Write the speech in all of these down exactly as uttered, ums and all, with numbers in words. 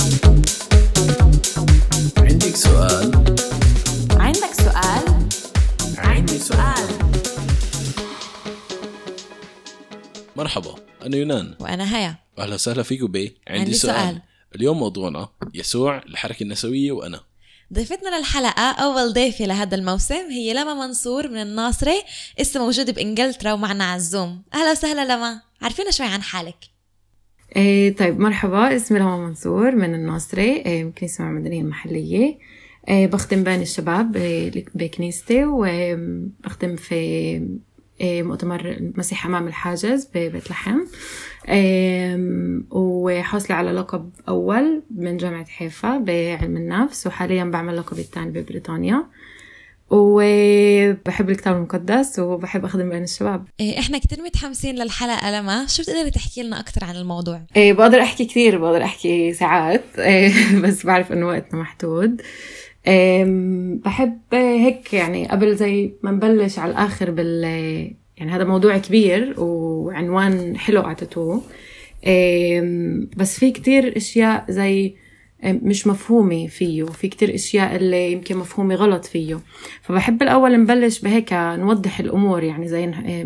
عندك سؤال؟ عندك سؤال؟ عندي سؤال. مرحبا، أنا يونان وأنا هيا. أهلا وسهلا فيكم ب عندي, عندي سؤال. سؤال. اليوم موضوعنا يسوع، الحركة النسوية، وأنا. ضيفتنا للحلقة أول ضيفة لهذا الموسم هي لما منصور من الناصرة، اسمه موجود بإنجلترا ومعنا على الزوم. أهلا وسهلا لما، عارفينا شوي عن حالك؟ إيه طيب، مرحبا، اسمي لما منصور من الناصرة، إيه من كنيسة المعمدانية المحلية. إيه بخدم بين الشباب بكنيستي، وبخدم في إيه مؤتمر المسيح أمام الحاجز ببيت لحم، إيه وحاصلة على لقب أول من جامعة حيفا بعلم النفس، وحاليا بعمل لقب الثاني ببريطانيا، وبحب الكتاب المقدس وبحب أخدم بين الشباب. إيه إحنا كتير متحمسين للحلقة. لما شو بتقدري تحكي لنا أكتر عن الموضوع؟ إيه بقدر أحكي كتير، بقدر أحكي ساعات، إيه بس بعرف إنه وقتنا محدود. إيه بحب هيك يعني قبل زي ما نبلش على الآخر بال يعني هذا موضوع كبير وعنوان حلو أعطيتوه، إيه بس في كتير أشياء زي مش مفهومة فيه، في كتير أشياء اللي يمكن مفهومة غلط فيه، فبحب الأول نبلش بهيك نوضح الأمور، يعني زي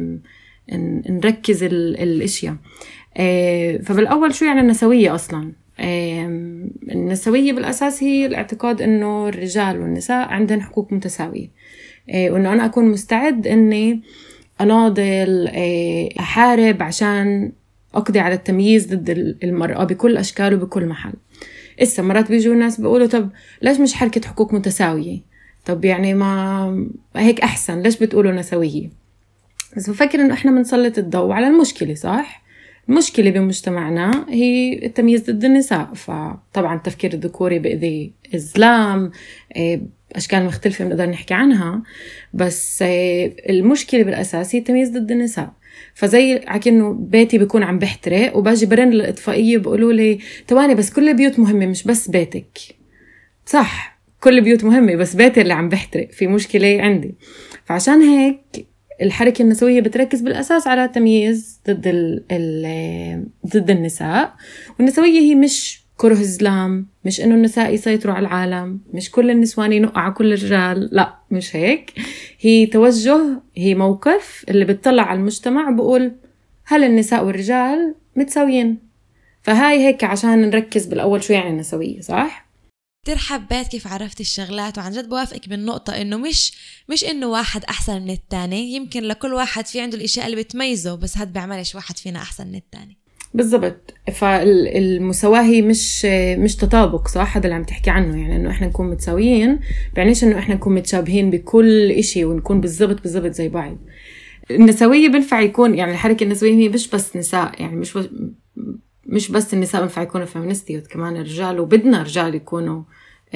نركز الأشياء. فبالأول شو يعني النسوية أصلاً؟ النسوية بالأساس هي الاعتقاد أنه الرجال والنساء عندهم حقوق متساوية، وأنه أنا أكون مستعد أني أناضل أحارب عشان أقضي على التمييز ضد المرأة بكل أشكال وبكل محل. إسا مرات بيجوا الناس بيقولوا طب ليش مش حركة حقوق متساوية؟ طب يعني ما هيك أحسن، ليش بتقولوا نسوية؟ بس بفكر إنه إحنا بنسلط الضوء على المشكلة، صح؟ المشكلة بمجتمعنا هي التمييز ضد النساء. فطبعا التفكير الذكوري بإذي إسلام، أشكال مختلفة بنقدر نحكي عنها، بس المشكلة بالأساس هي التمييز ضد النساء. فزي عكنه بيتي بيكون عم بحترق وباجي برن للإطفائية بقولوا لي تواني بس كل البيوت مهمة مش بس بيتك. صح، كل البيوت مهمة بس بيتي اللي عم بحترق، في مشكلة عندي. فعشان هيك الحركة النسوية بتركز بالأساس على تمييز ضد ال ال ضد النساء. والنسوية هي مش كره إسلام، مش إنه النساء يسيطروا على العالم، مش كل النسوان ينقوا على كل الرجال، لا مش هيك. هي توجه، هي موقف اللي بتطلع على المجتمع وبقول هل النساء والرجال متساويين. فهاي هيك عشان نركز بالأول شو يعني النسوية، صح؟ كتير حبيت كيف عرفت الشغلات، وعن جد بوافقك بالنقطة إنه مش مش إنه واحد أحسن من التاني، يمكن لكل واحد في عنده الأشياء اللي بتميزه، بس هاد بيعملش واحد فينا أحسن من التاني. بالضبط. فالمساواة هي مش مش تطابق، صح؟ هذا اللي عم تحكي عنه، يعني إنه إحنا نكون متساويين بيعنيش إنه إحنا نكون متشابهين بكل إشي ونكون بالضبط بالضبط زي بعض. النسوية بنفع يكون يعني الحركة النسوية هي مش بس نساء، يعني مش بس مش بس النساء بنفع يكونوا فيمينستيات، كمان الرجال، وبدنا رجال يكونوا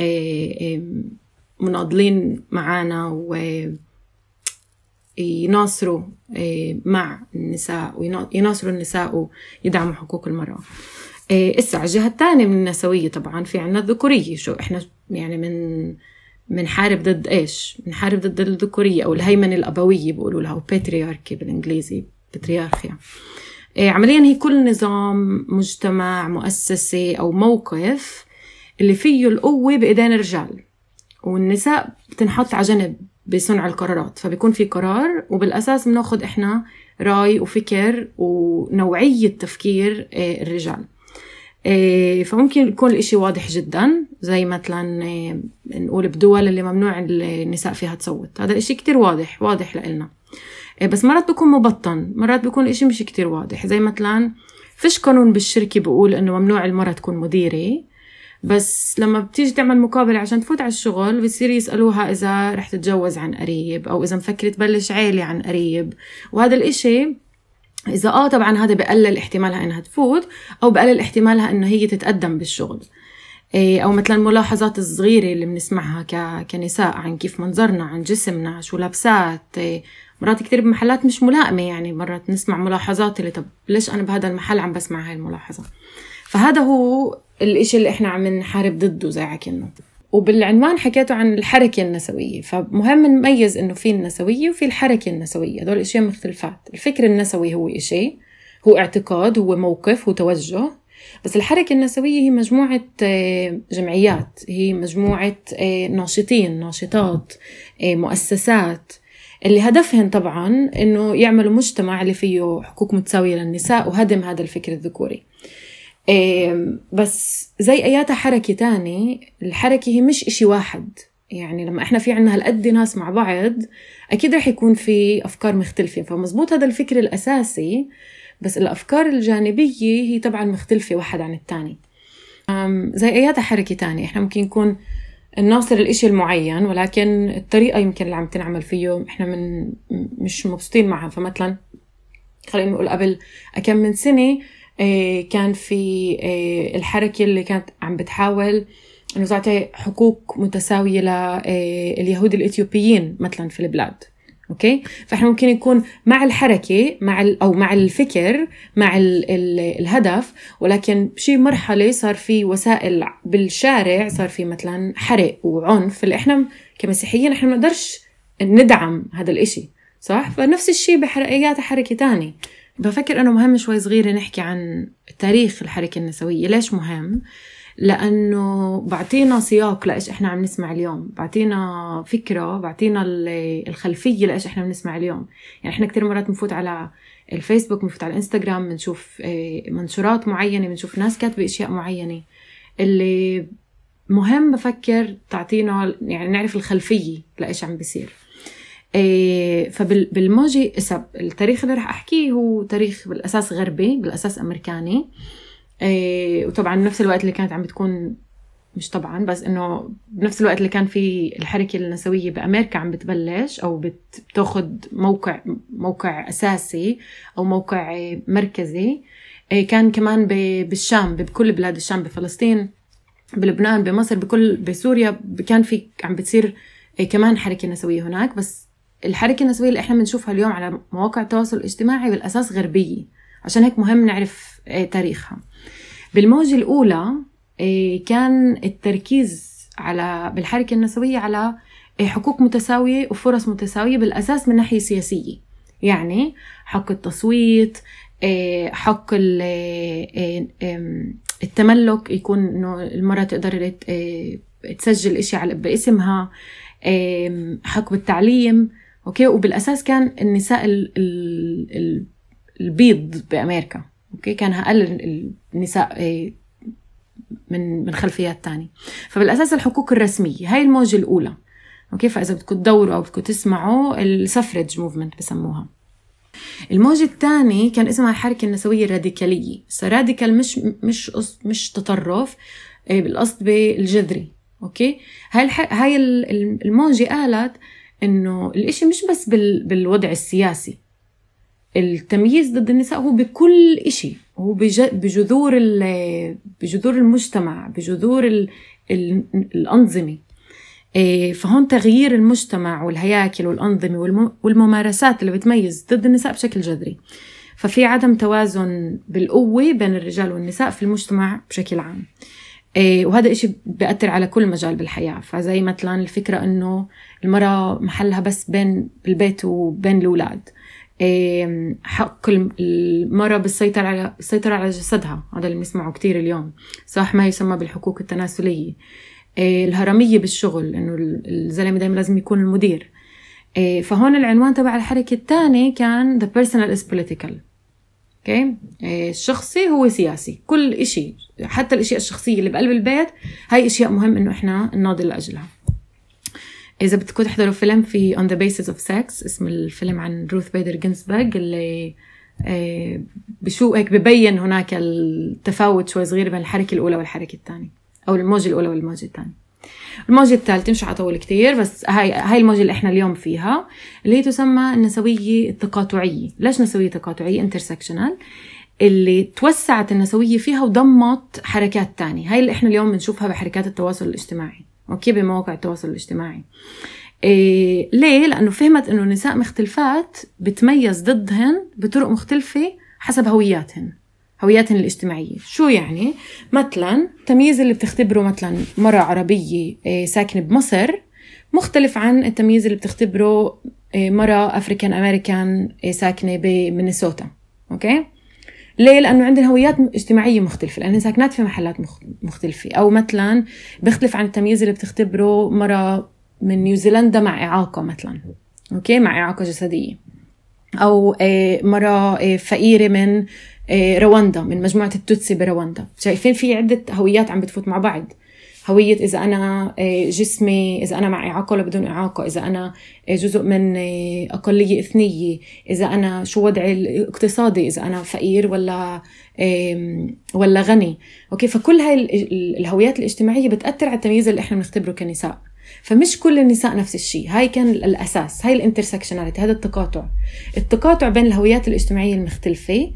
مناضلين معانا ويناصروا مع النساء ويناصروا النساء ويدعموا حقوق المرأة. إسا على الجهة الثانية من النسوية طبعا في عنا الذكورية. شو إحنا يعني من منحارب ضد إيش؟ منحارب ضد الذكورية أو الهيمنة الأبوية بيقولوا لها، وباترياركي بالإنجليزي، باتريارخيا. عمليا هي كل نظام، مجتمع، مؤسسة أو موقف اللي فيه القوة بإيدين الرجال، والنساء بتنحط على جنب بصنع القرارات. فبيكون في قرار وبالأساس بناخد إحنا رأي وفكر ونوعية تفكير الرجال. فممكن يكون الإشي واضح جدا، زي مثلا نقول بدول اللي ممنوع النساء فيها تصوت، هذا الإشي كتير واضح واضح لإلنا. بس مرات بيكون مبطن، مرات بيكون الإشي مش كتير واضح. زي مثلا فيش قانون بالشركة بيقول إنه ممنوع المرأة تكون مديرة، بس لما بتيجي تعمل مقابلة عشان تفوت على الشغل بيصير يسألوها إذا رح تتجوز عن قريب أو إذا مفكرة تبلش عيلة عن قريب. وهذا الإشي إذا آه طبعا هذا بقلل احتمالها إنها تفوت أو بقلل احتمالها إنه هي تتقدم بالشغل. أو مثلا ملاحظات الصغيرة اللي بنسمعها كنساء عن كيف منظرنا، عن جسمنا، شو لابسات. مرات كتير بمحلات مش ملائمة، يعني مرات نسمع ملاحظات اللي طب ليش أنا بهذا المحل عم بسمع هاي الملاحظة. فهذا هو الإشي اللي إحنا عم نحارب ضده زي عكنه. وبالعنوان حكيته عن الحركة النسوية، فمهم نميز إنه في النسوية وفي الحركة النسوية، دول إشياء مختلفات. الفكر النسوي هو إشي، هو اعتقاد، هو موقف، هو توجه. بس الحركة النسوية هي مجموعة جمعيات، هي مجموعة ناشطين ناشطات مؤسسات اللي هدفهن طبعا إنه يعملوا مجتمع اللي فيه حقوق متساوية للنساء وهدم هذا الفكر الذكوري. بس زي أياتها حركة تاني، الحركة هي مش إشي واحد. يعني لما إحنا في عنا هالقد ناس مع بعض أكيد رح يكون في أفكار مختلفة، فمزبوط هذا الفكر الأساسي، بس الأفكار الجانبية هي طبعا مختلفة واحد عن التاني. زي أياتها حركة تاني، إحنا ممكن يكون الناصر الإشي المعين، ولكن الطريقة يمكن اللي عم تنعمل فيه إحنا من مش مبسوطين معها. فمثلا خلينا نقول قبل كم من سنة كان في الحركة اللي كانت عم بتحاول إنه تعطي حقوق متساوية لليهود الإثيوبيين مثلا في البلاد. أوكي، فإحنا ممكن يكون مع الحركة مع أو مع الفكر مع ال ال الهدف، ولكن بشي مرحلة صار في وسائل بالشارع، صار في مثلا حرق وعنف اللي إحنا كمسيحيين إحنا ما نقدرش ندعم هذا الإشي، صح؟ فنفس الشيء بحركيات حركة تاني. بفكر أنه مهم شوي صغيرة نحكي عن تاريخ الحركة النسوية. ليش مهم؟ لأنه بعطينا سياق لإيش إحنا عم نسمع اليوم، بعطينا فكرة، بعطينا الخلفية لإيش إحنا عم نسمع اليوم. يعني إحنا كتير مرات بنفوت على الفيسبوك، بنفوت على الإنستغرام، بنشوف منشورات معينة، بنشوف ناس كاتبة أشياء معينة، اللي مهم بفكر تعطينا يعني نعرف الخلفية لإيش عم بيصير. فبالموجي التاريخ اللي رح أحكيه هو تاريخ بالأساس غربي، بالأساس أمريكاني. إيه وطبعا نفس الوقت اللي كانت عم بتكون مش طبعا بس انه بنفس الوقت اللي كان في الحركة النسوية بأمريكا عم بتبلش او بتاخد موقع موقع اساسي او موقع مركزي. إيه كان كمان بالشام، بكل بلاد الشام، بفلسطين، بلبنان، بمصر، بكل بسوريا كان في عم بتصير إيه كمان حركة نسوية هناك. بس الحركة النسوية اللي احنا بنشوفها اليوم على مواقع التواصل الاجتماعي بالاساس غربية، عشان هيك مهم نعرف إيه تاريخها. بالموجة الأولى كان التركيز على بالحركة النسوية على حقوق متساوية وفرص متساوية بالأساس من ناحية سياسية، يعني حق التصويت، حق التملك، يكون إنه المرأة تقدر تسجل إشي على باسمها، حق بالتعليم. أوكي، وبالأساس كان النساء البيض بأمريكا اوكي كان اقل النساء من من خلفيات تانية. فبالاساس الحقوق الرسميه هاي الموجه الاولى. اوكي، فاذا بدكم تدوروا او بدكم تسمعوا السفرج موفمنت بسموها. الموجه الثانيه كان اسمها الحركه النسويه الراديكاليه. راديكال مش مش مش تطرف، بالقصد بالجذري. اوكي، هاي هاي الموجه قالت انه الاشي مش بس بالوضع السياسي، التمييز ضد النساء هو بكل إشي، هو بجذور بجذور المجتمع، بجذور ال ال الأنظمة. فهون تغيير المجتمع والهياكل والأنظمة والممارسات اللي بتميز ضد النساء بشكل جذري. ففي عدم توازن بالقوة بين الرجال والنساء في المجتمع بشكل عام، وهذا إشي بيأثر على كل مجال بالحياة. فزي مثلا الفكرة إنه المرأة محلها بس بين البيت وبين الأولاد، حق المرأة بالسيطرة على السيطرة على جسدها، هذا اللي بنسمعه كتير اليوم، صح، ما يسمى بالحقوق التناسلية. الهرمية بالشغل، إنه الزلمة دايما لازم يكون المدير. فهون العنوان تبع الحركة الثانية كان the personal is political. okay. الشخصي هو سياسي، كل إشي حتى الأشياء الشخصية اللي بقلب البيت هاي أشياء مهم إنه إحنا نناضل لأجلها. إذا بدكم تحضروا فيلم في On the Basis of Sex، اسم الفيلم عن روث بيدر جينزبرغ، اللي بشو هيك ببين هناك التفاوت شوي صغير بين الحركة الأولى والحركة الثانية، أو الموجة الأولى والموجة الثانية. الموجة الثالثة مش هطول كتير، بس هاي هاي الموجة اللي إحنا اليوم فيها، اللي هي تسمى النسوية التقاطعية. ليش نسوية تقاطعية؟ intersectional، اللي توسعت النسوية فيها وضمت حركات تانية. هاي اللي إحنا اليوم بنشوفها بحركات التواصل الاجتماعي، اوكي، بمواقع التواصل الاجتماعي. إيه ليه؟ لانه فهمت انه النساء مختلفات بتميز ضدهن بطرق مختلفه حسب هوياتهن هوياتهن الاجتماعيه. شو يعني؟ مثلا التمييز اللي بتختبره مثلا مرأة عربيه إيه ساكنه بمصر مختلف عن التمييز اللي بتختبره إيه مرأة افريكان امريكان إيه ساكنه بمينيسوتا. اوكي، ليه؟ لأنه عندنا هويات اجتماعية مختلفة، لأننا ساكنات في محلات مختلفة. أو مثلا بيختلف عن التمييز اللي بتختبره مرة من نيوزيلندا مع إعاقة مثلا، أوكي، مع إعاقة جسدية. أو مرة فقيرة من رواندا، من مجموعة التوتسي برواندا. شايفين في عدة هويات عم بتفوت مع بعض. هوية إذا أنا جسمي، إذا أنا مع إعاقة ولا بدون إعاقة، إذا أنا جزء من أقلية إثنية، إذا أنا شو وضعي الاقتصادي، إذا أنا فقير ولا ولا غني. أوكي، فكل هاي الهويات الاجتماعية بتأثر على التمييز اللي إحنا بنختبره كنساء. فمش كل النساء نفس الشيء. هاي كان الأساس، هاي الانترسكشناليتي، هذا التقاطع التقاطع بين الهويات الاجتماعية المختلفة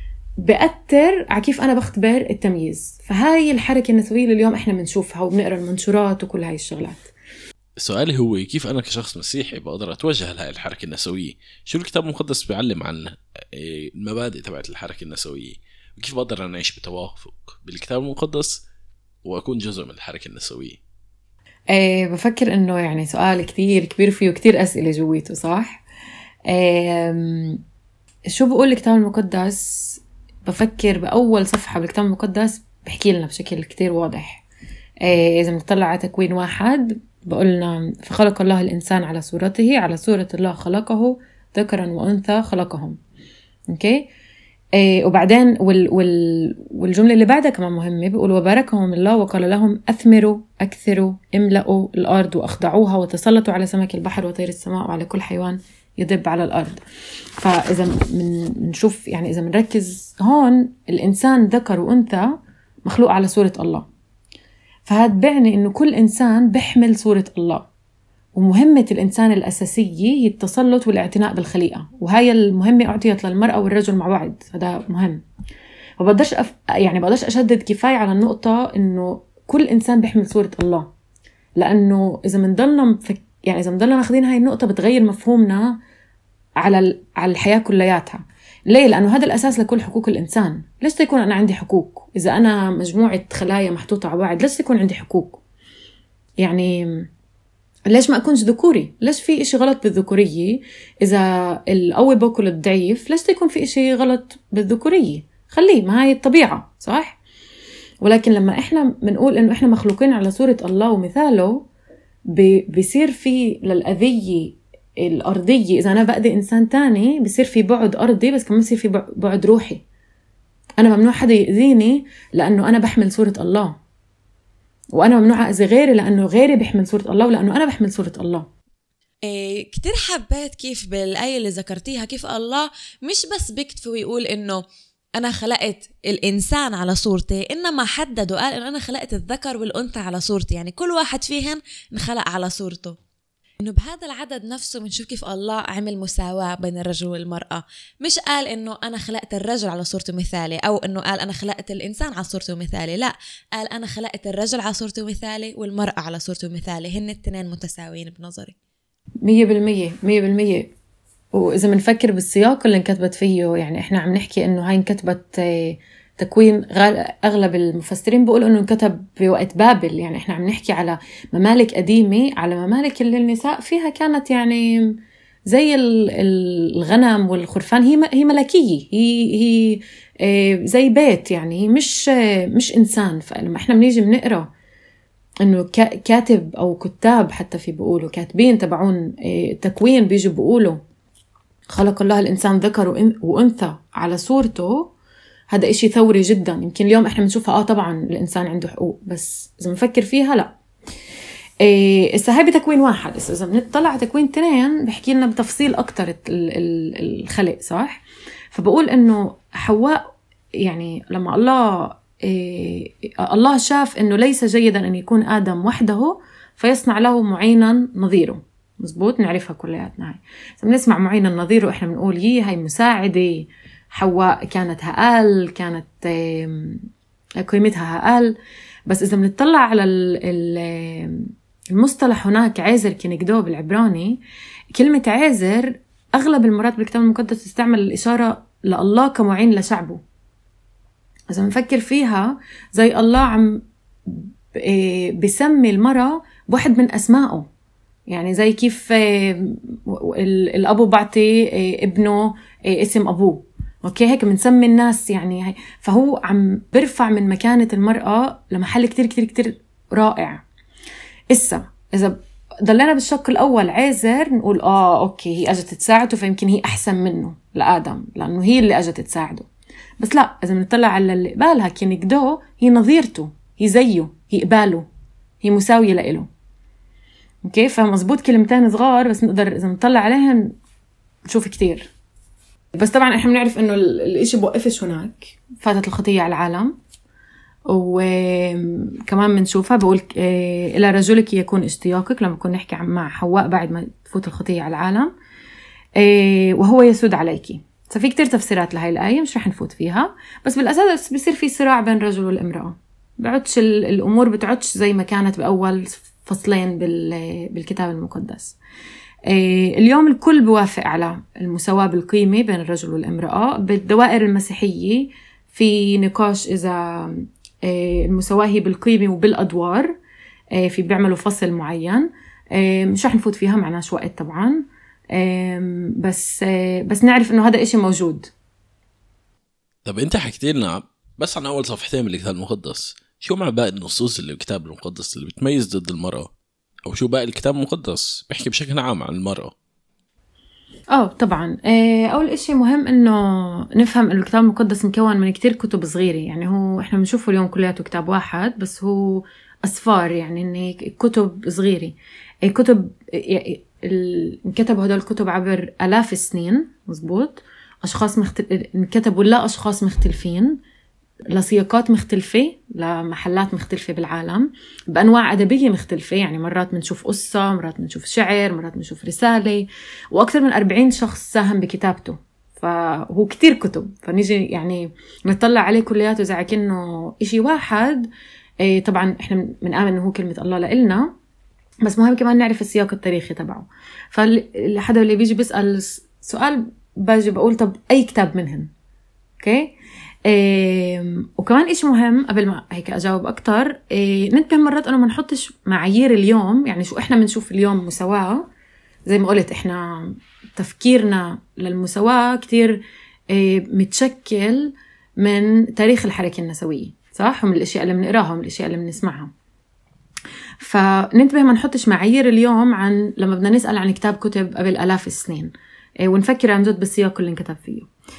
بأثر على كيف أنا بختبر التمييز. فهاي الحركة النسوية اللي اليوم إحنا بنشوفها وبنقرأ المنشورات وكل هاي الشغلات. سؤالي هو كيف أنا كشخص مسيحي بقدر أتوجه لهاي الحركة النسوية؟ شو الكتاب المقدس بيعلم عن المبادئ تبعت الحركة النسوية، وكيف بقدر أنا أعيش بتوافق بالكتاب المقدس وأكون جزء من الحركة النسوية؟ أه بفكر إنه يعني سؤال كتير كبير، فيه كتير أسئلة جويته، صح؟ أه شو بقول الكتاب المقدس؟ بفكر بأول صفحة بالكتاب المقدس بحكي لنا بشكل كتير واضح. أه إذا بنطلع على تكوين واحد بقولنا فخلق الله الإنسان على صورته، على صورة الله خلقه، ذكرا وأنثى خلقهم. أوكي، أه وبعدين وال وال والجملة اللي بعدها كمان مهمة، بيقول وباركهم الله وقال لهم أثمروا أكثروا املأوا الأرض وأخضعوها وتسلطوا على سمك البحر وطير السماء وعلى كل حيوان يدب على الأرض. فإذا بنشوف يعني إذا بنركز هون، الإنسان ذكر وأنثى مخلوق على صورة الله. فهذا بعني إنه كل إنسان بيحمل صورة الله، ومهمة الإنسان الأساسية هي التسلط والاعتناء بالخليقة، وهي المهمة أعطيت للمرأة والرجل مع بعض. هذا مهم. وبقدرش أف... يعني بقدرش أشدد كفاية على النقطة إنه كل إنسان بيحمل صورة الله، لأنه إذا منضلنا مفك... يعني إذا منضلنا ماخدين هاي النقطة بتغير مفهومنا على ال... على الحياة كلياتها. ليه؟ لأنه هذا الأساس لكل حقوق الإنسان. ليش تكون أنا عندي حقوق؟ إذا أنا مجموعة خلايا محطوطة على بعض، ليش تكون عندي حقوق؟ يعني ليش ما أكونش ذكوري؟ ليش في إشي غلط بالذكورية؟ إذا القوي باكل الضعيف، ليش تكون في إشي غلط بالذكورية؟ خليه، ما هي الطبيعة، صح؟ ولكن لما إحنا بنقول إنه إحنا مخلوقين على صورة الله ومثاله، بيصير في للأذية الأرضية. إذا أنا بأذي إنسان تاني بيصير في بعد أرضي، بس كمان بيصير في بعد روحي. أنا ممنوع حدا يأذيني لأنه أنا بحمل صورة الله، وأنا ممنوع أذي غيري لأنه غيري بيحمل صورة الله، ولأنه أنا بحمل صورة الله. إيه كتير حبيت كيف بالآية اللي ذكرتيها كيف الله مش بس بيكتفي ويقول إنه أنا خلقت الإنسان على صورتي، إنما حدد وقال إنه أنا خلقت الذكر والأنثى على صورتي، يعني كل واحد فيهن انخلق على صورته. إنه بهذا العدد نفسه بنشوف كيف الله عمل مساواة بين الرجل والمرأة. مش قال إنه أنا خلقت الرجل على صورته مثالي، أو إنه قال أنا خلقت الإنسان على صورته مثالي. لا، قال أنا خلقت الرجل على صورته مثالي والمرأة على صورته مثالي، هن التنين متساويين بنظري. مية بالمية مية بالمية. وإذا منفكر بالسياق اللي انكتبت فيه، يعني إحنا عم نحكي إنه هاي انكتبت تكوين، أغلب المفسرين بيقولوا إنه انكتب بوقت بابل. يعني إحنا عم نحكي على ممالك قديمة، على ممالك اللي النساء فيها كانت يعني زي الغنم والخرفان. هي هي ملكية، هي هي زي بيت، يعني هي مش مش إنسان. فلما إحنا بنيجي بنقرأ إنه كاتب أو كتاب، حتى في بيقولوا كاتبين تبعون تكوين، بيجوا بيقولوا خلق الله الإنسان ذكر وأنثى على صورته، هذا إشي ثوري جدا. يمكن اليوم إحنا بنشوفها آه طبعا الإنسان عنده حقوق، بس إذا بنفكر فيها لا. إيه هاي بتكوين واحد. إذا بنطلع على تكوين تنين بحكي لنا بتفصيل أكتر الخلق، صح؟ فبقول إنه حواء، يعني لما الله إيه الله شاف إنه ليس جيدا أن يكون آدم وحده فيصنع له معينا نظيره. مزبوط، نعرفها كلياتنا هاي. إذا بنسمع معينا نظيره إحنا بنقول يي هاي مساعدة. حواء كانت هقال، كانت قيمتها هقال. بس إذا بنطلع على المصطلح هناك عازر كنكدو بالعبراني، كلمة عازر أغلب المرات بالكتاب المقدس تستعمل الإشارة لله كمعين لشعبه. إذا بنفكر فيها زي الله عم بسمي المرأة بواحد من أسمائه، يعني زي كيف الأبو بعطي ابنه اسم أبوه، أوكي هيك بنسمي الناس يعني هي. فهو عم برفع من مكانة المرأة لمحل كتير كتير كتير رائع. إسا إذا ضلنا بالشق الأول عازر نقول آه أوكي هي أجت تساعده فيمكن هي أحسن منه لآدم لأنه هي اللي أجت تساعده. بس لا، إذا بنطلع على اللي قبالها كينكدو هي نظيرته، هي زيه، هي قباله، هي مساوية لإله. أوكي فمزبوط كلمتين صغار بس نقدر إذا نطلع عليهم نشوف كتير. بس طبعا إحنا بنعرف إنه الإشي بوقفش هناك، فاتت الخطية على العالم. وكمان بنشوفها بقول إيه إلى رجلك يكون اشتياقك لما كنا نحكي مع حواء بعد ما تفوت الخطية على العالم إيه وهو يسود عليكي. ففي كتير تفسيرات لهاي الآية مش رح نفوت فيها، بس بالأساس بيصير في صراع بين الرجل والامرأة. بعدش الأمور بتعدش زي ما كانت بأول فصلين بالكتاب المقدس. إيه اليوم الكل بوافق على المساواة بالقيمة بين الرجل والامرأة. بالدوائر المسيحية في نقاش إذا المساواة هي بالقيمة وبالأدوار، في بيعملوا فصل معين مش رح نفوت فيها معناش وقت طبعا، بس بس نعرف إنه هذا إشي موجود. طب أنت حكيت لنا بس عن أول صفحتين من الكتاب المقدس، شو مع باقي النصوص اللي بالكتاب المقدس اللي بتميز ضد المرأة؟ أو شو باقي الكتاب المقدس بيحكي بشكل عام عن المرأة؟ اه طبعا اول اشي مهم انه نفهم انه الكتاب المقدس مكون من كتير كتب صغيره. يعني هو احنا بنشوفه اليوم كلياته كتاب واحد بس هو اصفار، يعني ان كتب صغيره. كتب انكتبوا هدول الكتب عبر الاف السنين، مزبوط. اشخاص مختلف انكتبوا لا اشخاص مختلفين لسياقات مختلفة، لمحلات مختلفة بالعالم، بأنواع أدبية مختلفة. يعني مرات بنشوف قصة، مرات بنشوف شعر، مرات بنشوف رسالة، وأكثر من أربعين شخص ساهم بكتابته. فهو كتير كتب، فنيجي يعني نطلع عليه كلياته زي كأنه إشي واحد. إيه طبعا إحنا بنآمن إنه هو كلمة الله لإلنا، بس مهم كمان نعرف السياق التاريخي تبعه. فالحدا اللي بيجي بيسأل سؤال باجي بقول طب أي كتاب منهن؟ أوكي. إيه وكمان إيش مهم قبل ما هيك أجاوب أكتر، إيه ننتبه مرات أنه ما نحطش معايير اليوم. يعني شو إحنا بنشوف اليوم مساواة، زي ما قلت إحنا تفكيرنا للمساواة كتير إيه متشكل من تاريخ الحركة النسوية، صح؟ ومن الأشياء اللي بنقراها ومن الأشياء اللي بنسمعها. فننتبه ما نحطش معايير اليوم عن لما بدنا نسأل عن كتاب كتب قبل آلاف السنين، إيه ونفكر عن جد بالسياق اللي انكتب فيه.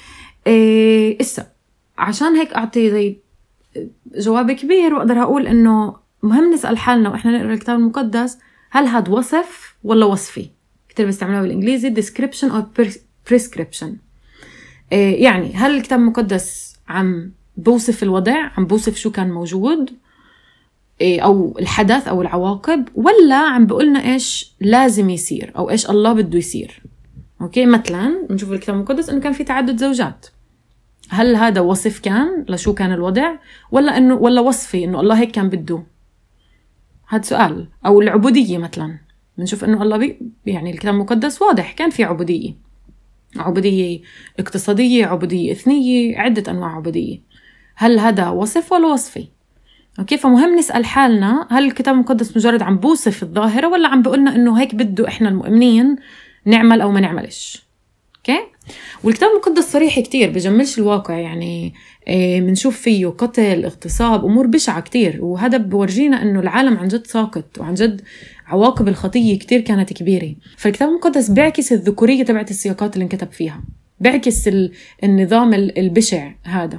إيه إسا عشان هيك أعطي زي جواب كبير وأقدر أقول إنه مهم نسأل حالنا وإحنا نقرأ الكتاب المقدس، هل هاد وصف ولا وصفي؟ كتير بيستعملوها بالإنجليزي description أو prescription. إيه يعني هل الكتاب المقدس عم بوصف الوضع، عم بوصف شو كان موجود إيه أو الحدث أو العواقب، ولا عم بقولنا إيش لازم يصير أو إيش الله بده يصير؟ أوكي مثلا بنشوف الكتاب المقدس إنه كان في تعدد زوجات، هل هذا وصف كان لشو كان الوضع، ولا إنه ولا وصفي إنه الله هيك كان بده؟ هذا سؤال. أو العبودية مثلا بنشوف إنه الله بي يعني الكتاب المقدس واضح كان في عبودية، عبودية اقتصادية، عبودية إثنية، عدة أنواع عبودية. هل هذا وصف ولا وصفي؟ أوكي فمهم نسأل حالنا هل الكتاب المقدس مجرد عم بوصف الظاهرة، ولا عم بقولنا إنه هيك بده إحنا المؤمنين نعمل أو ما نعملش؟ أوكي. والكتاب المقدس صريح كتير، بجملش الواقع. يعني بنشوف فيه قتل، اغتصاب، أمور بشعة كتير، وهذا بورجينا إنه العالم عن جد ساقط وعن جد عواقب الخطية كتير كانت كبيرة. فالكتاب المقدس بيعكس الذكورية تبعت السياقات اللي انكتب فيها، بيعكس النظام البشع هذا.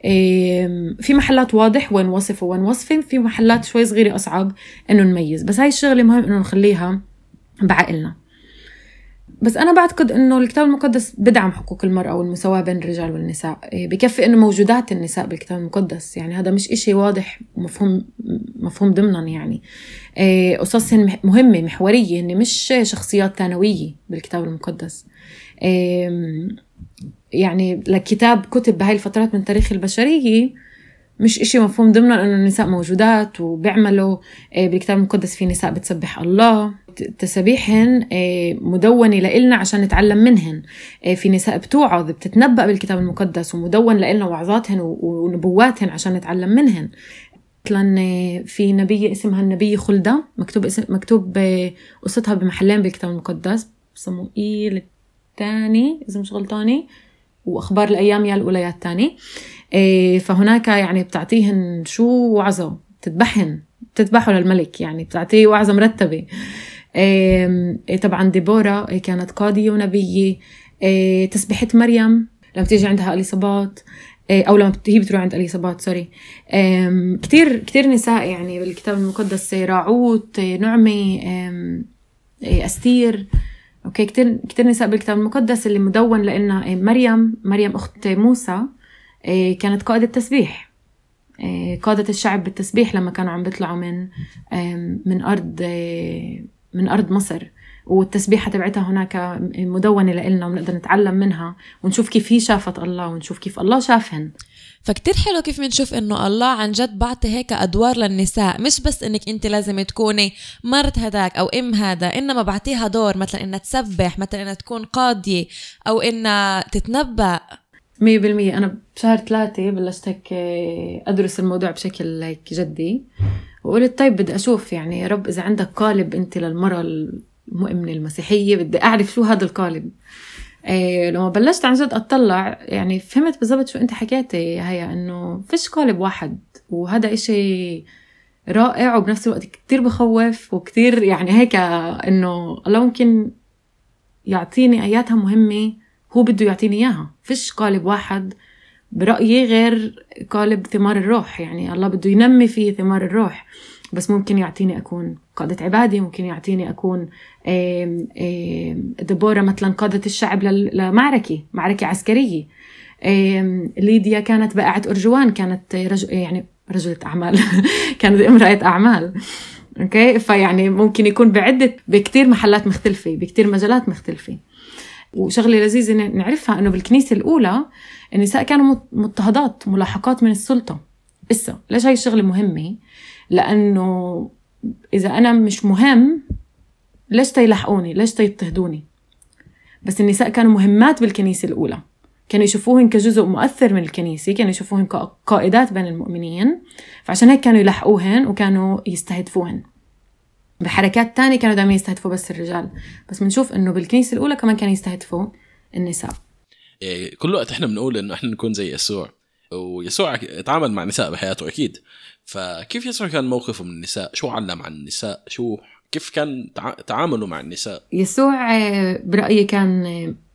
في محلات واضح وين وصف وين وصف، في محلات شوي صغيرة أصعب إنه نميز. بس هاي الشغلة مهم إنه نخليها بعقلنا. بس أنا بعتقد إنه الكتاب المقدس بدعم حقوق المرأة والمساواة بين الرجال والنساء. بكفي إنه موجودات النساء بالكتاب المقدس، يعني هذا مش إشي واضح ومفهوم مفهوم ضمنا. يعني قصصهن مهمة محورية، إن مش شخصيات ثانوية بالكتاب المقدس. يعني لكتاب كتب بهاي الفترات من تاريخ البشرية مش إشي مفهوم ضمنا إنه النساء موجودات وبيعملوا بالكتاب المقدس. في نساء بتسبح الله، تسبيحهن مدونة لإلنا عشان نتعلم منهن. في نساء بتوعظ بتتنبأ بالكتاب المقدس ومدون لإلنا وعظاتهن ونبواتهن عشان نتعلم منهن. مثلا في نبي اسمها النبي خلدة، مكتوب اسم مكتوب قصتها بمحلين بالكتاب المقدس، صموئيل الثاني إذا مش غلطاني وأخبار الأيام يا الأولى يا الثاني. إيه فهناك يعني بتعطيهن شو وعظة، تذبحهن تذبحوا للملك، يعني بتعطيه وعظة مرتبة. إيه طبعا ديبورا كانت قاضية ونبية. إيه تسبيحة مريم لما تيجي عندها إليصابات، إيه أو لما هي بتروح عند إليصابات سوري. إيه كتير كتير نساء يعني بالكتاب المقدس، راعوت، نعمة، إيه أستير، أوكي كتير كتير نساء بالكتاب المقدس اللي مدون لأنها. إيه مريم مريم أخت موسى إيه كانت قائدة تسبيح، إيه قادة الشعب بالتسبيح لما كانوا عم بيطلعوا من من أرض من أرض مصر، والتسبيحة تبعتها هناك مدونة لنا ونقدر نتعلم منها ونشوف كيف هي شافت الله ونشوف كيف الله شافهن. فكتير حلو كيف منشوف إنه الله عن جد بعطي هيك أدوار للنساء، مش بس إنك أنت لازم تكوني مرت هداك أو إم هذا، إنما بعطيها دور مثلا إنها تسبح، مثلا إنها تكون قاضية، أو إنها تتنبأ. مية بالمية. أنا بشهر ثلاثة بلشت هيك أدرس الموضوع بشكل هيك جدي، وقلت طيب بدي أشوف يعني يا رب إذا عندك قالب أنت للمرأة المؤمنة المسيحية بدي أعرف شو هذا القالب. إيه لما بلشت عن جد أطلع يعني فهمت بالضبط شو أنت حكيتي هيا، إنه فيش قالب واحد، وهذا إشي رائع وبنفس الوقت كتير بخوف وكتير يعني هيك، إنه الله ممكن يعطيني آياتها مهمة هو بده يعطيني إياها. فيش قالب واحد برأيي غير قالب ثمار الروح، يعني الله بده ينمي فيه ثمار الروح، بس ممكن يعطيني أكون قادة عبادي، ممكن يعطيني أكون ديبورا مثلا قادة الشعب لمعركة معركة عسكرية. ليديا كانت بائعة أرجوان، كانت رجل يعني رجلة أعمال كانت امرأة أعمال. أوكي فيعني ممكن يكون بعدة بكتير محلات مختلفة بكتير مجالات مختلفة. وشغلة لذيذة نعرفها أنه بالكنيسة الأولى النساء كانوا مضطهدات ملاحقات من السلطة. إسا ليش هاي الشغلة مهمة؟ لأنه إذا أنا مش مهم ليش تيلحقوني، ليش تيضطهدوني؟ بس النساء كانوا مهمات بالكنيسة الأولى، كانوا يشوفوهن كجزء مؤثر من الكنيسة، كانوا يشوفوهن كقائدات بين المؤمنين، فعشان هيك كانوا يلحقوهن وكانوا يستهدفوهن. بحركات تانية كانوا دائما يستهدفوا بس الرجال، بس بنشوف إنه بالكنيسة الأولى كمان كانوا يستهدفوا النساء. إيه كل وقت إحنا بنقول إنه إحنا نكون زي يسوع، ويسوع اتعامل مع النساء بحياته أكيد. فكيف يسوع كان موقفه من النساء؟ شو علم عن النساء؟ شو كيف كان تعامله مع النساء؟ يسوع برأيي كان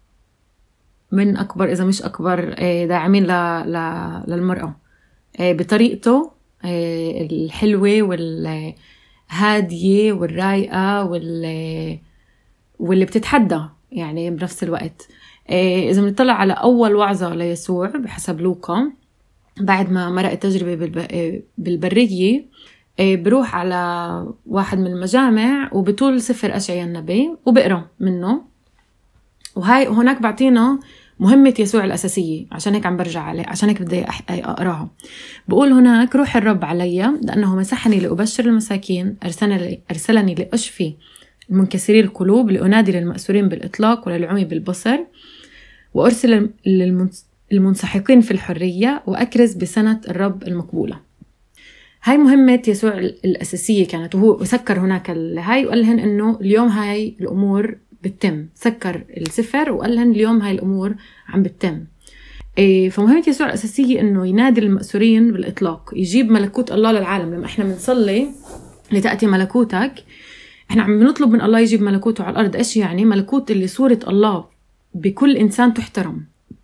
من أكبر إذا مش أكبر داعمين للمرأة بطريقته الحلوة والهادية والرايقة واللي بتتحدى يعني بنفس الوقت. إذا بنطلع على أول وعظة ليسوع بحسب لوقا بعد ما مرق التجربة بالبرية، بروح على واحد من المجامع وبطول سفر أشعياء النبي وبقرأ منه، وهاي هناك بعطينا مهمة يسوع الأساسية. عشان هيك عم برجع عليه، عشان هيك بدي أقراها. بقول هناك روح الرب علي لأنه مسحني لأبشر المساكين، أرسلني, أرسلني لأشفي المنكسرين القلوب، لأنادي للمأسورين بالإطلاق وللعمي بالبصر، وأرسل للمنسحقين في الحرية، وأكرز بسنة الرب المقبولة. هاي مهمة يسوع الأساسية كانت، وهو سكر هناك هاي وقال لهن إنه اليوم هاي الأمور بتتم. سكر السفر وقال لهن اليوم هاي الأمور عم بتتم. إيه فمهمة يسوع الأساسية إنه ينادي المأسورين بالإطلاق، يجيب ملكوت الله للعالم. لما إحنا بنصلي لتأتي ملكوتك، إحنا عم بنطلب من الله يجيب ملكوته على الأرض. إيش يعني ملكوت؟ اللي صورة الله بكل إنسان تحترم،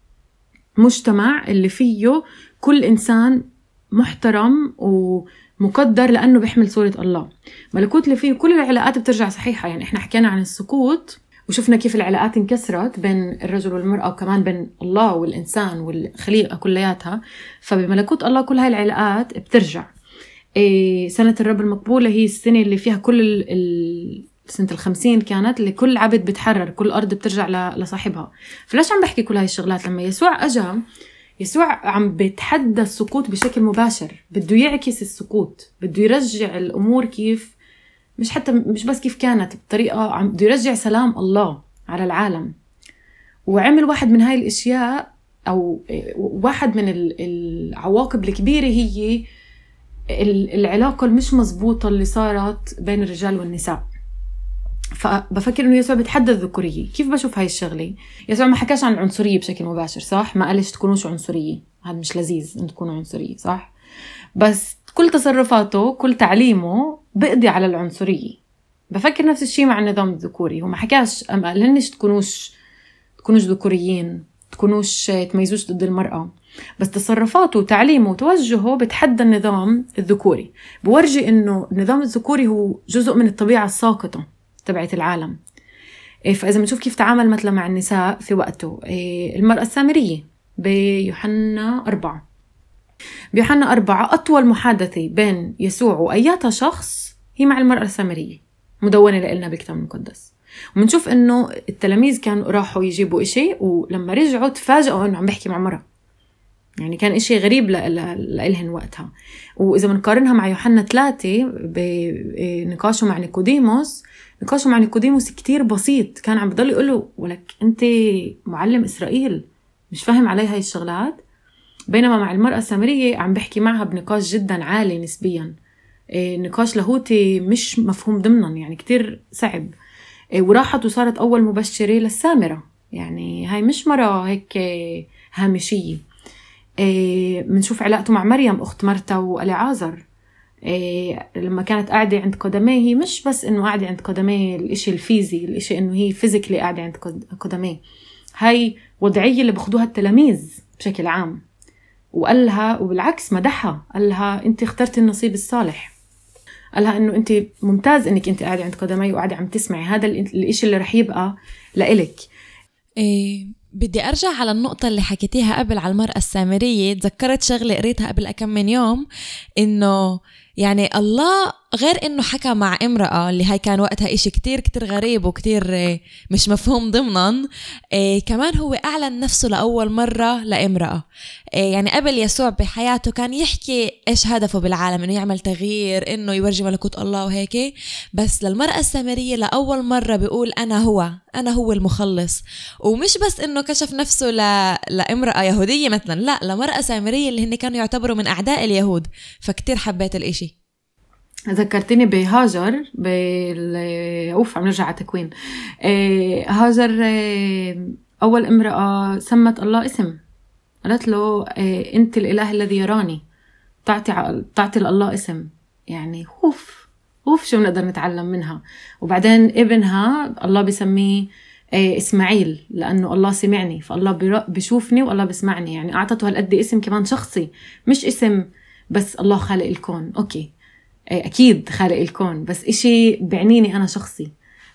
مجتمع اللي فيه كل إنسان محترم ومقدر لأنه بيحمل صورة الله. ملكوت اللي فيه كل العلاقات بترجع صحيحة. يعني إحنا حكينا عن السقوط وشفنا كيف العلاقات انكسرت بين الرجل والمرأة، وكمان بين الله والإنسان والخليقة كلياتها. فبملكوت الله كل هاي العلاقات بترجع. إيه سنة الرب المقبولة هي السنة اللي فيها كل ال ال سنة الخمسين كانت، اللي كل عبد بتحرر، كل أرض بترجع لصاحبها. فلاش عم بحكي كل هاي الشغلات؟ لما يسوع أجا، يسوع عم بيتحدى السقوط بشكل مباشر، بده يعكس السقوط، بده يرجع الأمور كيف، مش حتى مش بس كيف كانت، بطريقة عم بده يرجع سلام الله على العالم. وعمل واحد من هاي الأشياء، أو واحد من العواقب الكبيرة هي العلاقة المش مزبوطة اللي صارت بين الرجال والنساء. فبفكر إنه يسوع بتحدى الذكورية. كيف بشوف هاي الشغلة؟ يسوع ما حكاش عن العنصرية بشكل مباشر، صح؟ ما قالش تكونوش عنصرية، هذا مش لذيذ إن تكونوا عنصرية، صح؟ بس كل تصرفاته كل تعليمه بقضي على العنصرية. بفكر نفس الشيء مع النظام الذكوري. هو ما حكاش ما قالنش تكونوش تكونوش ذكوريين، تكونوش تميزوش ضد المرأة، بس تصرفاته وتعليمه وتوجهه بتحدى النظام الذكوري. بورجي إنه النظام الذكوري هو جزء من الطبيعة الساقطة تبعت العالم. فإذا بنشوف كيف تعامل مثلا مع النساء في وقته، المرأة السامرية بيوحنا أربعة بيوحنا أربعة أطول محادثة بين يسوع وأياتها شخص هي مع المرأة السامرية، مدونة لنا بالكتاب المقدس. ومنشوف إنه التلاميذ كانوا راحوا يجيبوا إشي، ولما رجعوا تفاجئوا إنه عم بحكي مع مرأة. يعني كان إشي غريب لإلهن وقتها. وإذا بنقارنها مع يوحنا ثلاثة بنقاشه مع نيكوديموس، نقاشه مع نيكوديموس كتير بسيط، كان عم بضل يقوله ولك أنت معلم إسرائيل مش فاهم علي هاي الشغلات. بينما مع المرأة السامرية عم بحكي معها بنقاش جدا عالي نسبيا، نقاش لاهوتي مش مفهوم ضمنا، يعني كتير صعب. وراحت وصارت أول مبشرة للسامرة، يعني هاي مش مرة هيك هامشية. منشوف علاقته مع مريم أخت مرتا والعازر، لما كانت قاعدة عند قدميه، هي مش بس إنه قاعدة عند قدميه الإشي الفيزي، الإشي إنه هي فيزيكلي قاعدة عند قدميه. هاي وضعية اللي بخدوها التلاميذ بشكل عام. وقال لها، وبالعكس مدحها، قال لها أنت اخترت النصيب الصالح، قال لها إنه أنت ممتاز إنك أنت قاعدة عند قدمي وقاعدة عم تسمعي، هذا الإشي اللي رح يبقى لإلك. إيه بدي أرجع على النقطة اللي حكيتيها قبل على المرأة السامرية. تذكرت شغلة قريتها قبل أكم من يوم، إنه يعني الله غير إنه حكى مع امرأة اللي هاي كان وقتها إشي كتير كتير غريب وكتير مش مفهوم ضمنا، إيه كمان هو أعلن نفسه لأول مرة لامرأة. إيه يعني قبل يسوع بحياته كان يحكي إيش هدفه بالعالم، إنه يعمل تغيير، إنه يورجي ملكوت الله وهيك. بس للمرأة السامرية لأول مرة بيقول أنا هو أنا هو المخلص. ومش بس إنه كشف نفسه ل... لامرأة يهودية مثلا، لا، لمرأة سامرية اللي هن كانوا يعتبروا من أعداء اليهود. فكتير حبيت الإشي. ذكرتني بهاجر بال اوف عم نرجع على تكوين. إيه هاجر إيه اول امراه سمت الله اسم، قالت له إيه انت الاله الذي يراني، تعطي تعطي لله اسم. يعني اوف اوف شو بنقدر نتعلم منها. وبعدين ابنها الله بيسميه إيه اسماعيل، لانه الله سمعني، فالله بيشوفني والله بيسمعني. يعني اعطته هالقد اسم كمان شخصي، مش اسم بس الله خالق الكون، اوكي أكيد خالق الكون، بس إشي بعنيني أنا شخصي.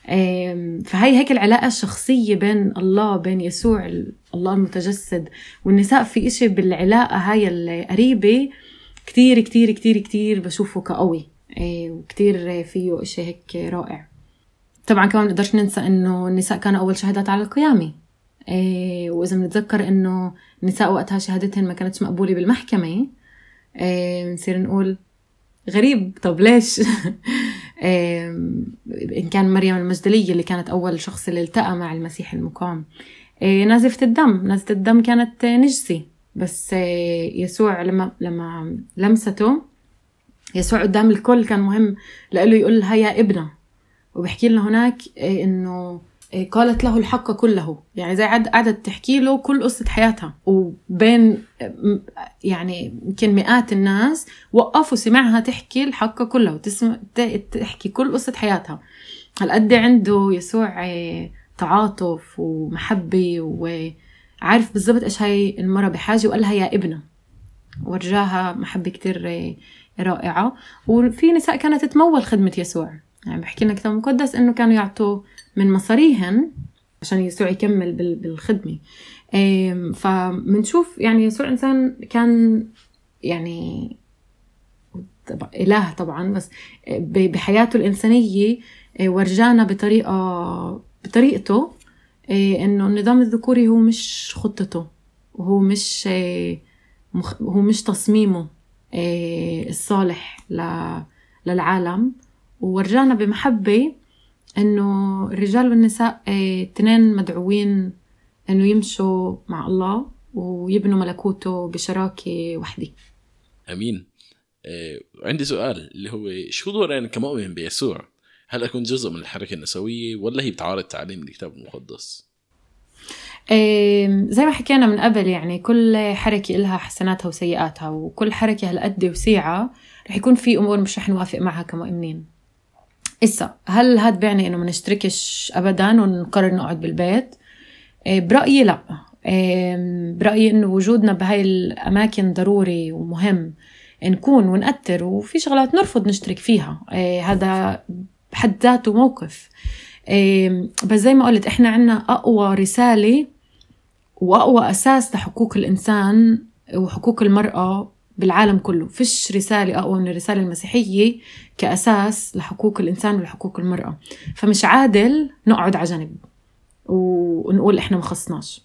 فهي هيك العلاقة الشخصية بين الله بين يسوع الله المتجسد والنساء، في إشي بالعلاقة هاي القريبة كتير كتير كتير كتير بشوفه كقوي، وكتير فيه إشي هيك رائع. طبعا كمان نقدرش ننسى إنه النساء كانوا أول شهادات على القيامة، وإذا بنتذكر إنه النساء وقتها شهادتهن ما كانتش مقبولة بالمحكمة، نصير نقول غريب، طب ليش؟ إن كان مريم المجدلية اللي كانت أول شخص اللي التقى مع المسيح المقام، نازفة الدم نازفة الدم كانت نجسي، بس يسوع لما لما لمسته يسوع قدام الكل كان مهم لقله يقول لها يا ابنة. وبحكي لنا هناك إنه قالت له الحق كله، يعني زي عد قعدت تحكي له كل قصة حياتها، وبين يعني يمكن مئات الناس وقفوا سمعها تحكي الحق كله وتسمع تحكي كل قصة حياتها. هالقد عنده يسوع تعاطف ومحبة، وعارف بالضبط إيش هاي المرة بحاجة، وقالها يا ابنة، ورجاها محبة كتير رائعة. وفي نساء كانت تتمول خدمة يسوع، يعني بحكي لنا كتاب مقدس إنه كانوا يعطوا من مصاريهن عشان يسوع يكمل بالخدمة. فمنشوف يعني يسوع إنسان كان يعني إله طبعا، بس بحياته الإنسانية ورجانا بطريقة بطريقته إنه النظام الذكوري هو مش خطته، وهو مش هو مش تصميمه الصالح للعالم. ورجانا بمحبة إنه الرجال والنساء تنين مدعوين إنه يمشوا مع الله ويبنوا ملكوته بشراكة وحدة. أمين. آه، عندي سؤال اللي هو شو دورنا كمؤمن بيسوع هل أكون جزء من الحركة النسوية ولا هي بتعارض تعاليم الكتاب المقدس؟ زي ما حكينا من قبل، يعني كل حركة لها حسناتها وسيئاتها، وكل حركة هالقد وسيعة رح يكون في أمور مش رح نوافق معها كمؤمنين. إسا هل هاد بيعني إنه ما نشتركش أبداً ونقرر نقعد بالبيت؟ برأيي لا. برأيي إنه وجودنا بهاي الأماكن ضروري ومهم نكون ونأثر، وفي شغلات نرفض نشترك فيها، هذا بحد ذاته موقف. بس زي ما قلت إحنا عنا أقوى رسالة وأقوى أساس لحقوق الإنسان وحقوق المرأة بالعالم كله. فيش رسالة أقوى من الرسالة المسيحية كأساس لحقوق الإنسان ولحقوق المرأة. فمش عادل نقعد على جنب ونقول إحنا مخصناش.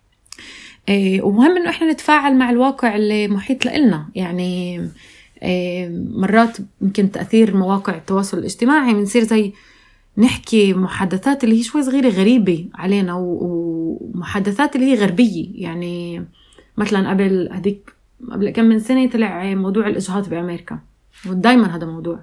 ومهم إنه إحنا نتفاعل مع الواقع اللي محيط لنا. يعني مرات يمكن تأثير مواقع التواصل الاجتماعي بنصير زي نحكي محادثات اللي هي شوي صغيرة غريبة علينا، ومحادثات اللي هي غربية. يعني مثلا قبل هديك قبل كم من سنة طلع موضوع الإجهاض بأمريكا، ودايما هذا موضوع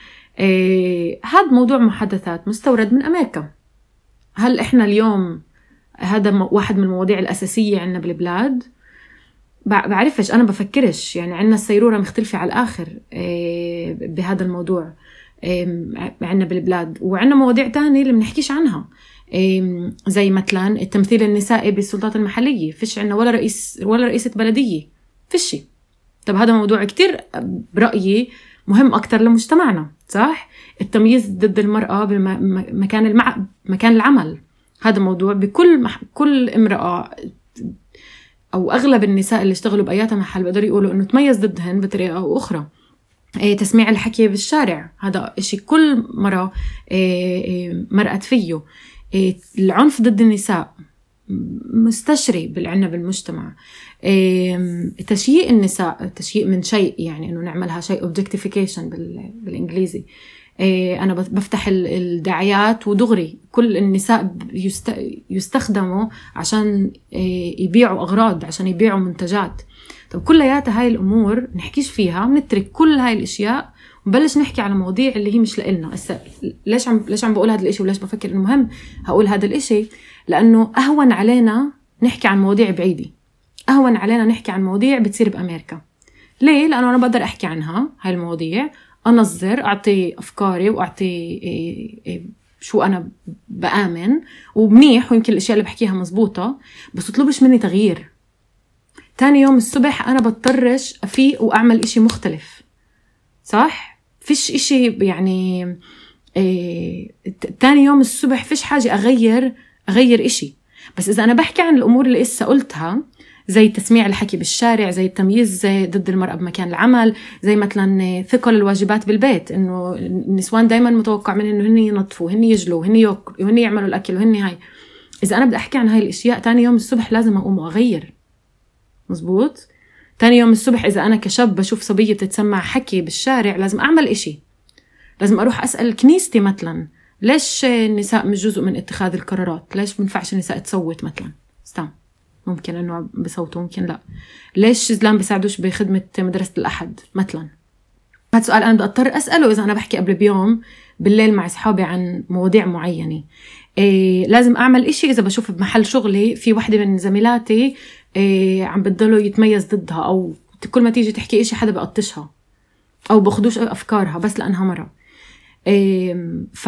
إيه هذا موضوع محادثات مستورد من أمريكا. هل إحنا اليوم هذا واحد من المواضيع الأساسية عنا بالبلاد؟ بعرفش، أنا بفكرش. يعني عنا السيرورة مختلفة على الآخر إيه بهذا الموضوع إيه عنا بالبلاد، وعنا مواضيع تانية اللي بنحكيش عنها إيه زي مثلا التمثيل النسائي بالسلطات المحلية. فيش عنا ولا رئيس ولا رئيسة بلدية، فيشي. طب هذا موضوع كتير برأيي مهم أكتر لمجتمعنا، صح؟ التمييز ضد المرأة بمكان المع... مكان العمل، هذا موضوع بكل مح... كل امرأة أو أغلب النساء اللي اشتغلوا بأيات محل بقدروا يقولوا إنه تميز ضدهن بطريقة أو أخرى. إيه تسميع الحكي بالشارع، هذا إشي كل مرة إيه إيه مرأت فيه. إيه العنف ضد النساء مستشري بالعنا بالمجتمع. إيه تشييء النساء، تشييء من شيء، يعني إنه نعملها شيء objectification بالإنجليزي. إيه أنا بفتح الدعايات ودغري كل النساء يست... يستخدموا عشان إيه يبيعوا أغراض، عشان يبيعوا منتجات. طب كلياتها هاي الأمور نحكيش فيها، ونترك كل هاي الأشياء ونبلش نحكي على مواضيع اللي هي مش لإلنا. ليش عم ليش عم بقول هذا الإشي وليش بفكر إنه مهم هقول هذا الإشي؟ لأنه أهون علينا نحكي عن مواضيع بعيدة، أهون علينا نحكي عن مواضيع بتصير بأمريكا. ليه؟ لأنه أنا بقدر أحكي عنها هاي المواضيع، أنظر، أعطي أفكاري وأعطي إيه إيه شو أنا بآمن ومنيح، ويمكن الأشياء اللي بحكيها مزبوطة، بس تطلبش مني تغيير. تاني يوم الصبح أنا بضطرش أفيق وأعمل إشي مختلف، صح؟ فيش إشي يعني إيه تاني يوم الصبح فيش حاجة أغير أغير إشي. بس إذا أنا بحكي عن الأمور اللي إسا قلتها، زي تسميع الحكي بالشارع، زي التمييز ضد المرأة بمكان العمل، زي مثلا ثقل الواجبات بالبيت، إنه النسوان دايما متوقع من إنه هن ينظفوا، هن يجلوا، هن يأكلوا، هن يعملوا الأكل، وهن هاي. إذا أنا بدي أحكي عن هاي الأشياء تاني يوم الصبح لازم أقوم وأغير. مزبوط؟ تاني يوم الصبح إذا أنا كشاب بشوف صبية بتتسمع حكي بالشارع، لازم أعمل إشي، لازم أروح أسأل كنيستي مثلا ليش النساء مش جزء من اتخاذ القرارات؟ ليش منفعش النساء تصوت مثلا؟ استنى، ممكن إنه بصوتوا ممكن لا. ليش الزلام بيساعدوش بخدمة مدرسة الأحد مثلا؟ هذا سؤال أنا بضطر أسأله إذا أنا بحكي قبل بيوم بالليل مع أصحابي عن مواضيع معينة. إيه لازم أعمل إشي إذا بشوف بمحل شغلي في واحدة من زميلاتي إيه عم بتضلوا يتميز ضدها، أو كل ما تيجي تحكي إشي حدا بقطشها أو بأخدوش أفكارها بس لأنها مرة. إيه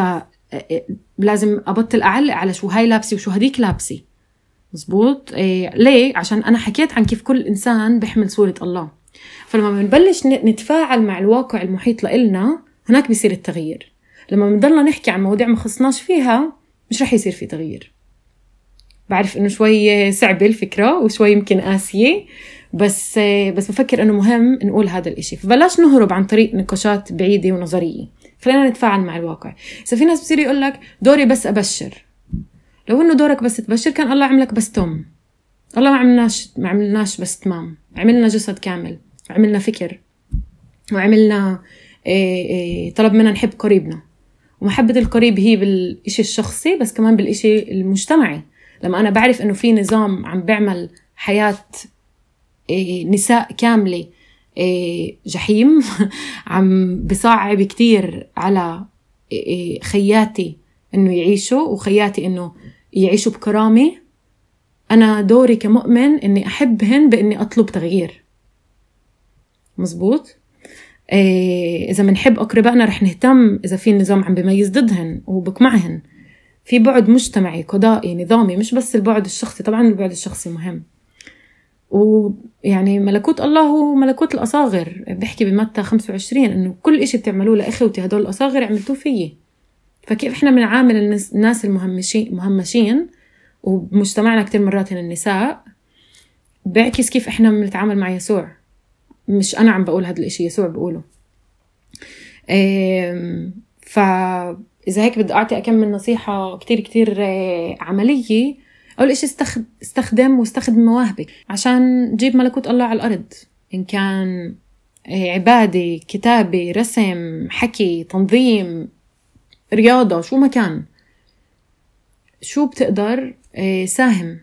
فلازم أبطل أعلق على شو هاي لابسي وشو هديك لابسي. مزبوط؟ إيه ليه؟ عشان أنا حكيت عن كيف كل إنسان بيحمل صورة الله. فلما بنبلش نتفاعل مع الواقع المحيط لإلنا، هناك بيصير التغيير. لما بنضلنا نحكي عن مواضيع ما خصناش فيها، مش رح يصير في تغيير. بعرف إنه شوي صعبة الفكرة وشوي يمكن قاسية، بس بس بفكر إنه مهم نقول هذا الإشي. فبلاش نهرب عن طريق نقاشات بعيدة ونظرية، خلينا نتفاعل مع الواقع. إذا في ناس بصير يقولك دوري بس أبشر، لو إنه دورك بس تبشر كان الله عملك بس تم. الله ما عملناش ما عملناش بس تمام، عملنا جسد كامل، عملنا فكر، وعملنا إيه إيه طلب منا نحب قريبنا. ومحبة القريب هي بالإشي الشخصي بس كمان بالإشي المجتمعي. لما أنا بعرف إنه في نظام عم بيعمل حياة إيه نساء كاملة إيه جحيم عم بصعب كتير على خياتي إنه يعيشوا وخياتي إنه يعيشوا بكرامة، أنا دوري كمؤمن إني أحبهن بإني أطلب تغيير. مزبوط. إيه إذا منحب أقربائنا رح نهتم إذا في نظام عم بيميز ضدهن وبقمعهن. في بعد مجتمعي قضائي نظامي، مش بس البعد الشخصي. طبعا البعد الشخصي مهم، ويعني ملكوت الله هو ملكوت الأصاغر. بحكي بمتى خمسة وعشرين إنه كل إشي بتعملوه لأخوتي هدول الأصاغر عملتوه فيي. فكيف إحنا بنعامل الناس المهمشين مهمشين وبمجتمعنا كتير مرات النساء بيعكس كيف إحنا بنتعامل مع يسوع. مش أنا عم بقول هذا الإشي، يسوع بقوله. فإذا هيك بدي أعطي أكم من نصيحة كتير كتير عملية. أول إشي استخدم واستخدم مواهبك عشان تجيب ملكوت الله على الأرض، إن كان عبادة، كتابة، رسم، حكي، تنظيم، رياضة، شو ما كان. شو بتقدر ساهم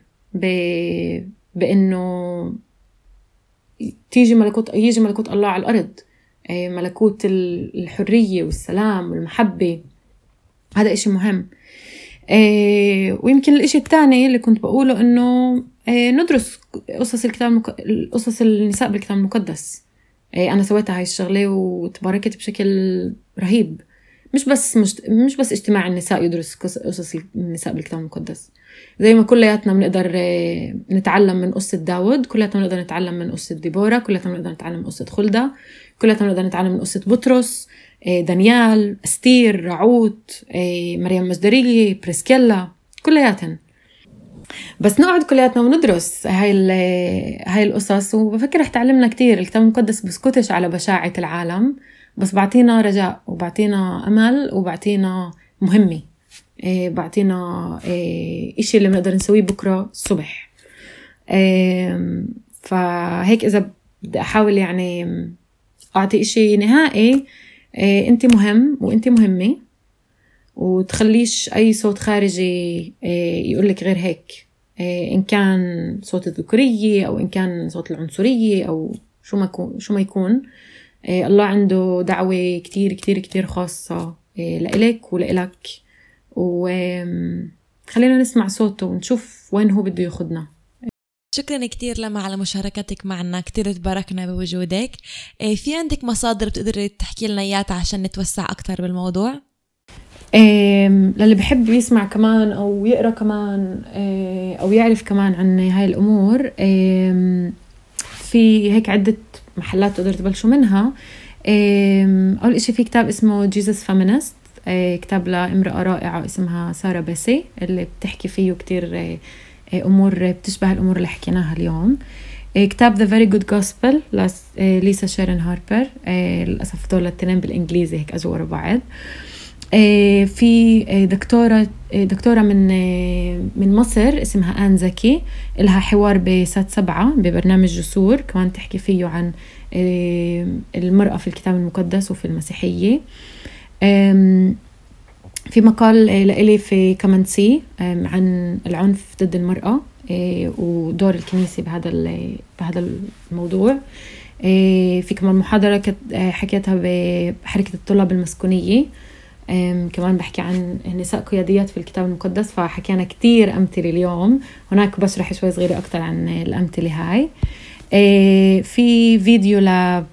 بأنه تيجي ملكوت يجي ملكوت الله على الأرض، ملكوت الحرية والسلام والمحبة. هذا إشي مهم. ويمكن الإشي الثاني اللي كنت بقوله إنه ندرس قصص الكتاب المك... قصص النساء بالكتاب المقدس. أنا سويتها هاي الشغلة وتباركت بشكل رهيب. مش بس مش, مش بس اجتماع النساء يدرس قصص النساء بالكتاب المقدس، زي ما كلياتنا بنقدر نتعلم من قصة داود، كلياتنا بنقدر نتعلم من قصة ديبورا، كلياتنا بنقدر نتعلم من قصة خلدة، كلياتنا بنقدر نتعلم من قصة بطرس، دانيال، أستير، رعوت، مريم مجدرية، بريسكيلا، كلياتنا. بس نقعد كلياتنا وندرس هاي هاي القصص، وبفكر رح تعلمنا كتير. الكتاب المقدس بسكتش على بشاعة العالم، بس بعطينا رجاء وبعطينا أمل وبعطينا مهمة، إيه بعطينا إيه إشي اللي بنقدر نسويه بكرة الصبح. إيه فهيك إذا بدي أحاول يعني أعطي إشي نهائي، إيه أنت مهم وأنت مهمة، وتخليش أي صوت خارجي إيه يقولك غير هيك، إيه إن كان صوت الذكورية أو إن كان صوت العنصرية أو شو ما يكون شو ما يكون. إيه الله عنده دعوة كتير كتير كتير خاصة إيه لإلك ولإلك، وخلينا نسمع صوته ونشوف وين هو بده ياخدنا. شكرا كتير لما على مشاركتك معنا، كتير تباركنا بوجودك. إيه في عندك مصادر بتقدر تحكي لنا إياها عشان نتوسع أكتر بالموضوع؟ إيه للي بحب يسمع كمان أو يقرأ كمان إيه أو يعرف كمان عن هاي الأمور، إيه في هيك عدة محلات تقدر تبلشوا منها. أول إشي في كتاب اسمه Jesus Feminist، كتاب لامرأة رائعة اسمها سارة باسي، اللي بتحكي فيه كتير أمور بتشبه الأمور اللي حكيناها اليوم. كتاب The Very Good Gospel لليسا شيرين هاربر، للأسف دول التنين بالإنجليزي هيك أجوا ورا بعض. في دكتورة دكتورة من من مصر اسمها آن زكي، لها حوار بسات سبعة ببرنامج جسور، كمان تحكي فيه عن المرأة في الكتاب المقدس وفي المسيحية. في مقال لإلي في كمانسي عن العنف ضد المرأة ودور الكنيسة بهذا بهذا الموضوع. في كمان محاضرة حكيتها بحركة الطلاب المسكونية، كمان بحكي عن نساء قياديات في الكتاب المقدس، فحكينا كتير أمثلة اليوم. هناك بشرح شوي صغيرة أكتر عن الأمثلة هاي. في فيديو ل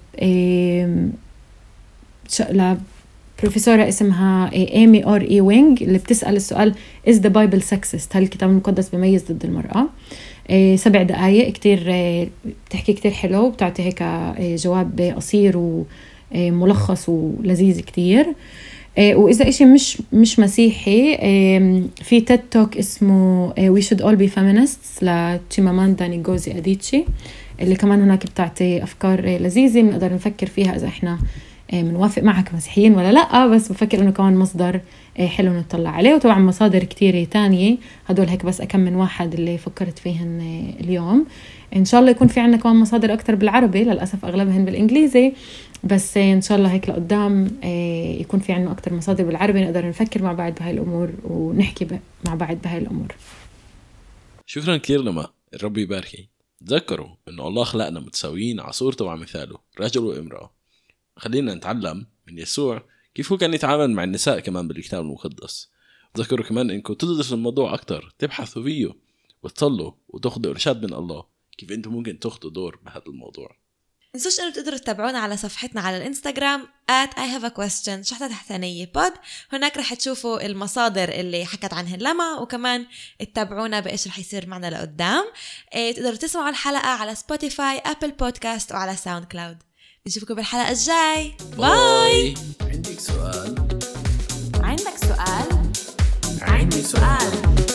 ل بروفيسورة اسمها إيمي أور إي وينج اللي بتسأل السؤال Is the Bible sexist؟ هل الكتاب المقدس بيميز ضد المرأة؟ سبع دقايق كتير بتحكي كتير حلو، بتعطي هيك جواب قصير وملخص ولذيذ كتير. وإذا إشي مش مش مسيحي، في تيد توك اسمه We Should All Be Feminists لتشيماماندا نيغوزي أديتشي، اللي كمان هناك بتعطي أفكار لذيذة بنقدر نفكر فيها إذا إحنا منوافق معها كمسيحيين ولا لأ. بس بفكر إنه كمان مصدر حلو نطلع عليه. وطبعا مصادر كتيرة تانية، هدول هيك بس أكم من واحد اللي فكرت فيهن اليوم. إن شاء الله يكون في عنا كمان مصادر أكتر بالعربي، للأسف أغلبهن بالإنجليزي، بس إن شاء الله هيك لقدام يكون في عنا أكتر مصادر بالعربي نقدر نفكر مع بعض بهاي الأمور ونحكي مع بعض بهاي الأمور. شكرا كثير لما الرب يباركي. تذكروا إنه الله خلقنا متساويين على صورته وعلى مثاله، رجل وامرأة. خلينا نتعلم من يسوع كيف هو كان يتعامل مع النساء كمان بالكتاب المقدس. تذكروا كمان انكم تدرسوا الموضوع اكتر، تبحثوا فيه وتصلوا وتاخذوا ارشاد من الله كيف انتم ممكن تاخذوا دور بهذا الموضوع. نسوش انه تقدروا تتابعونا على صفحتنا على الانستغرام at I have a question شحطة تحتانية بود. هناك رح تشوفوا المصادر اللي حكت عنها لما، وكمان تتابعونا بإيش رح يصير معنا لقدام. ايه تقدروا تسمعوا الحلقة على سبوتيفاي، أبل بودكاست وعلى ساوند كلاود. نشوفكم بالحلقة الجاي. باي. عندك سؤال؟ عندك سؤال؟ عندي سؤال.